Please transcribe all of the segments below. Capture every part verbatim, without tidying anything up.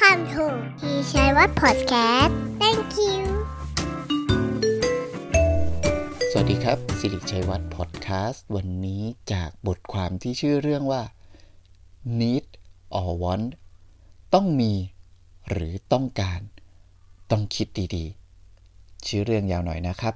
Welcome to พี่ชัยวัฒน์ Podcast Thank you สวัสดีครับสิริชัยวัฒน์ Podcast วันนี้จากบทความที่ชื่อเรื่องว่า Need or Want ต้องมีหรือต้องการต้องคิดดีๆชื่อเรื่องยาวหน่อยนะครับ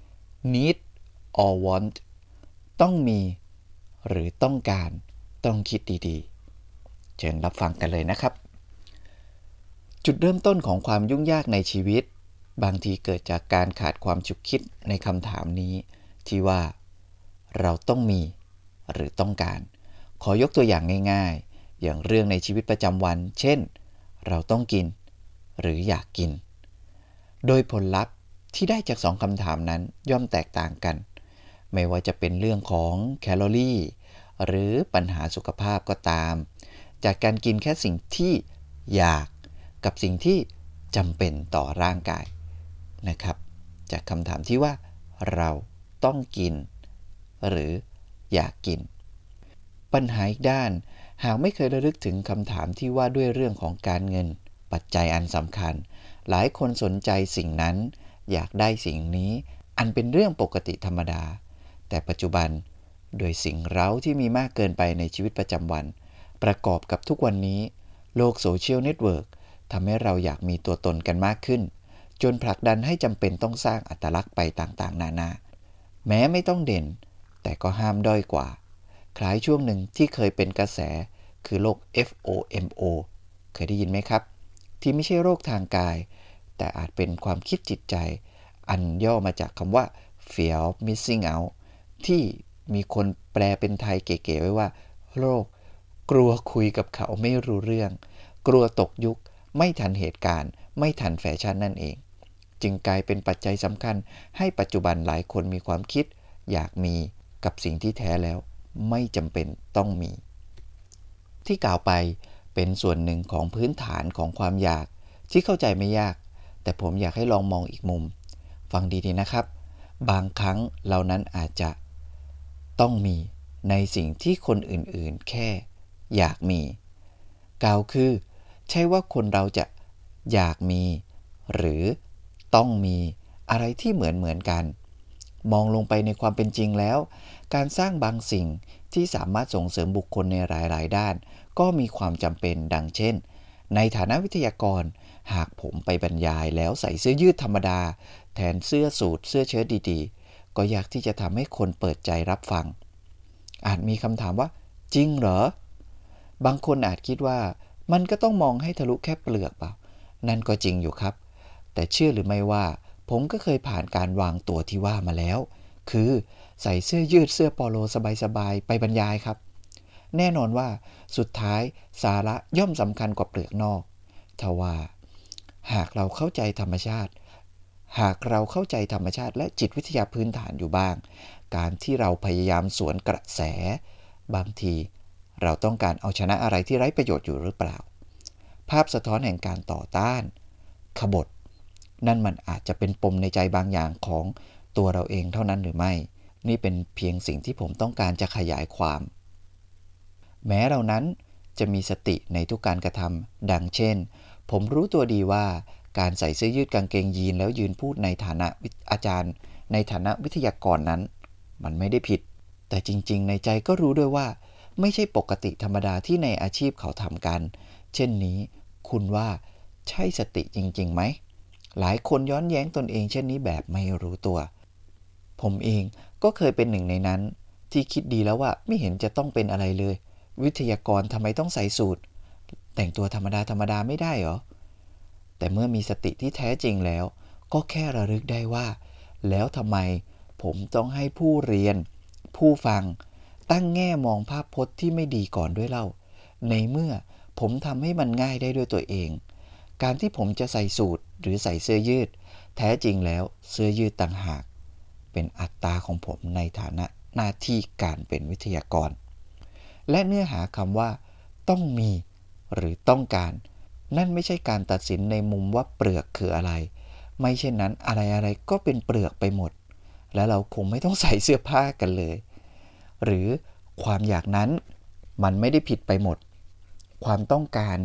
Need or Want ต้องมีหรือต้องการต้องคิดดีๆเชิญรับฟังกันเลยนะครับจุดเริ่มต้นของความยุ่งยากในชีวิตบางทีเกิดจากการขาดความฉุกคิดในคำถามนี้ที่ว่าเราต้องมีหรือต้องการขอยกตัวอย่างง่ายๆอย่างเรื่องในชีวิตประจำวันเช่นเราต้องกินหรืออยากกินโดยผลลัพธ์ที่ได้จากสองคำถามนั้นย่อมแตกต่างกันไม่ว่าจะเป็นเรื่องของแคลอรี่หรือปัญหาสุขภาพก็ตามจากการกินแค่สิ่งที่อยากกับสิ่งที่จำเป็นต่อร่างกายนะครับจากคำถามที่ว่าเราต้องกินหรืออยากกินปัญหาอีกด้านหากไม่เคยระลึกถึงคำถามที่ว่าด้วยเรื่องของการเงินปัจจัยอันสำคัญหลายคนสนใจสิ่งนั้นอยากได้สิ่งนี้อันเป็นเรื่องปกติธรรมดาแต่ปัจจุบันโดยสิ่งเร้าที่มีมากเกินไปในชีวิตประจำวันประกอบกับทุกวันนี้โลกโซเชียลเน็ตเวิร์กทำให้เราอยากมีตัวตนกันมากขึ้นจนผลักดันให้จำเป็นต้องสร้างอัตลักษณ์ไปต่างๆนานาแม้ไม่ต้องเด่นแต่ก็ห้ามด้อยกว่าคล้ายช่วงหนึ่งที่เคยเป็นกระแสคือโรค เอฟ โอ เอ็ม โอ เคยได้ยินไหมครับที่ไม่ใช่โรคทางกายแต่อาจเป็นความคิดจิตใจอันย่อมาจากคำว่า fear of missing out ที่มีคนแปลเป็นไทยเก๋ๆไว้ว่าโรคกลัวคุยกับเขาไม่รู้เรื่องกลัวตกยุคไม่ทันเหตุการณ์ไม่ทันแฟชั่นนั่นเองจึงกลายเป็นปัจจัยสำคัญให้ปัจจุบันหลายคนมีความคิดอยากมีกับสิ่งที่แท้แล้วไม่จำเป็นต้องมีที่กล่าวไปเป็นส่วนหนึ่งของพื้นฐานของความอยากที่เข้าใจไม่ยากแต่ผมอยากให้ลองมองอีกมุมฟังดีๆนะครับบางครั้งเรานั้นอาจจะต้องมีในสิ่งที่คนอื่นๆแค่อยากมีกล่าวคือใช่ว่าคนเราจะอยากมีหรือต้องมีอะไรที่เหมือนเหมือนกันมองลงไปในความเป็นจริงแล้วการสร้างบางสิ่งที่สามารถส่งเสริมบุคคลในหลายๆด้านก็มีความจำเป็นดังเช่นในฐานะวิทยากรหากผมไปบรรยายแล้วใส่เสื้อยืดธรรมดาแทนเสื้อสูทเสื้อเชิ้ตดีๆก็อยากที่จะทำให้คนเปิดใจรับฟังอาจมีคำถามว่าจริงเหรอบางคนอาจคิดว่ามันก็ต้องมองให้ทะลุแค่เปลือกเปล่านั่นก็จริงอยู่ครับแต่เชื่อหรือไม่ว่าผมก็เคยผ่านการวางตัวที่ว่ามาแล้วคือใส่เสื้อยืดเสื้อโปโลสบายๆไปบรรยายครับแน่นอนว่าสุดท้ายสาระย่อมสำคัญกว่าเปลือกนอกทว่าหากเราเข้าใจธรรมชาติหากเราเข้าใจธรรมชาติและจิตวิทยาพื้นฐานอยู่บ้างการที่เราพยายามสวนกระแสบางทีเราต้องการเอาชนะอะไรที่ไร้ประโยชน์อยู่หรือเปล่าภาพสะท้อนแห่งการต่อต้านขบฏนั่นมันอาจจะเป็นปมในใจบางอย่างของตัวเราเองเท่านั้นหรือไม่นี่เป็นเพียงสิ่งที่ผมต้องการจะขยายความแม้เรานั้นจะมีสติในทุกการกระทำดังเช่นผมรู้ตัวดีว่าการใส่เสื้อยืดกางเกงยีนแล้วยืนพูดในฐานะอาจารย์ในฐานะวิทยากรนั้นมันไม่ได้ผิดแต่จริงๆในใจก็รู้ด้วยว่าไม่ใช่ปกติธรรมดาที่ในอาชีพเขาทำกันเช่นนี้คุณว่าใช่สติจริงๆไหมหลายคนย้อนแย้งตนเองเช่นนี้แบบไม่รู้ตัวผมเองก็เคยเป็นหนึ่งในนั้นที่คิดดีแล้วว่าไม่เห็นจะต้องเป็นอะไรเลยวิทยากรทำไมต้องใส่สูทแต่งตัวธรรมดาธรรมดาไม่ได้เหรอแต่เมื่อมีสติที่แท้จริงแล้วก็แค่ระลึกได้ว่าแล้วทำไมผมต้องให้ผู้เรียนผู้ฟังตั้งแง่มองภาพพจน์ที่ไม่ดีก่อนด้วยเล่าในเมื่อผมทำให้มันง่ายได้ด้วยตัวเองการที่ผมจะใส่สูทหรือใส่เสื้อยืดแท้จริงแล้วเสื้อยืดต่างหากเป็นอัตตาของผมในฐานะหน้าที่การเป็นวิทยากรและเนื้อหาคำว่าต้องมีหรือต้องการนั่นไม่ใช่การตัดสินในมุมว่าเปลือกคืออะไรไม่เช่นนั้นอะไรๆก็เป็นเปลือกไปหมดและเราคงไม่ต้องใส่เสื้อผ้ากันเลยหรือความอยากนั้นมันไม่ได้ผิดไปหมดความต้องการ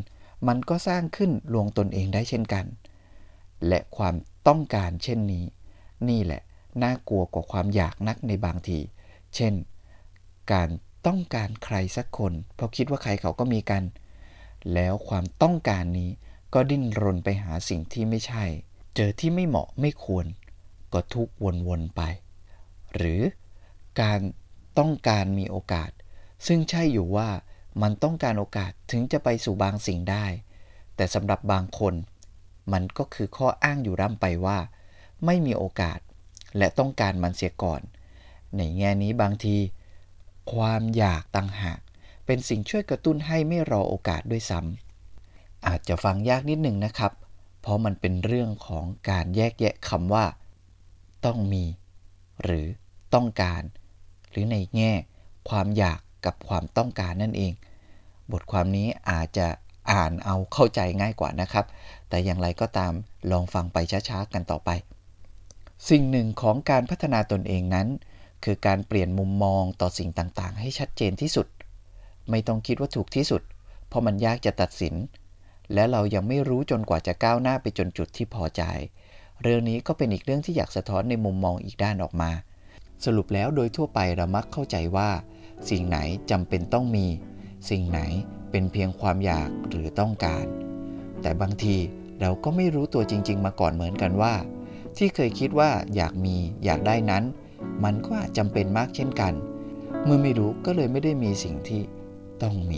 มันก็สร้างขึ้นลวงตนเองได้เช่นกันและความต้องการเช่นนี้นี่แหละน่ากลัวกว่าความอยากนักในบางทีเช่นการต้องการใครสักคนเพราะคิดว่าใครเขาก็มีกันแล้วความต้องการนี้ก็ดิ้นรนไปหาสิ่งที่ไม่ใช่เจอที่ไม่เหมาะไม่ควรก็ทุกข์วนๆไปหรือการต้องการมีโอกาสซึ่งใช่อยู่ว่ามันต้องการโอกาสถึงจะไปสู่บางสิ่งได้แต่สำหรับบางคนมันก็คือข้ออ้างอยู่ร่ำไปว่าไม่มีโอกาสและต้องการมันเสียก่อนในแง่นี้บางทีความอยากต่างหากเป็นสิ่งช่วยกระตุ้นให้ไม่รอโอกาสด้วยซ้ำอาจจะฟังยากนิดหนึ่งนะครับเพราะมันเป็นเรื่องของการแยกแยะคำว่าต้องมีหรือต้องการหรือในแง่ความอยากกับความต้องการนั่นเองบทความนี้อาจจะอ่านเอาเข้าใจง่ายกว่านะครับแต่อย่างไรก็ตามลองฟังไปช้าๆกันต่อไปสิ่งหนึ่งของการพัฒนาตนเองนั้นคือการเปลี่ยนมุมมองต่อสิ่งต่างๆให้ชัดเจนที่สุดไม่ต้องคิดว่าถูกที่สุดเพราะมันยากจะตัดสินและเรายังไม่รู้จนกว่าจะก้าวหน้าไปจนจุดที่พอใจเรื่องนี้ก็เป็นอีกเรื่องที่อยากสะท้อนในมุมมองอีกด้านออกมาสรุปแล้วโดยทั่วไปเรามักเข้าใจว่าสิ่งไหนจำเป็นต้องมีสิ่งไหนเป็นเพียงความอยากหรือต้องการแต่บางทีเราก็ไม่รู้ตัวจริงๆมาก่อนเหมือนกันว่าที่เคยคิดว่าอยากมีอยากได้นั้นมันก็อาจจำเป็นมากเช่นกันเมื่อไม่รู้ก็เลยไม่ได้มีสิ่งที่ต้องมี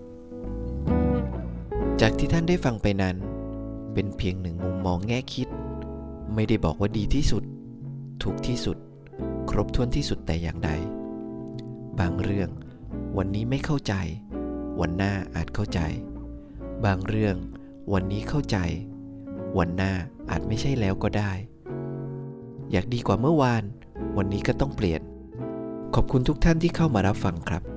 จากที่ท่านได้ฟังไปนั้นเป็นเพียงหนึ่งมุมมองแง่คิดไม่ได้บอกว่าดีที่สุดถูกที่สุดครบถ้วนที่สุดแต่อย่างใดบางเรื่องวันนี้ไม่เข้าใจวันหน้าอาจเข้าใจบางเรื่องวันนี้เข้าใจวันหน้าอาจไม่ใช่แล้วก็ได้อยากดีกว่าเมื่อวานวันนี้ก็ต้องเปลี่ยนขอบคุณทุกท่านที่เข้ามารับฟังครับ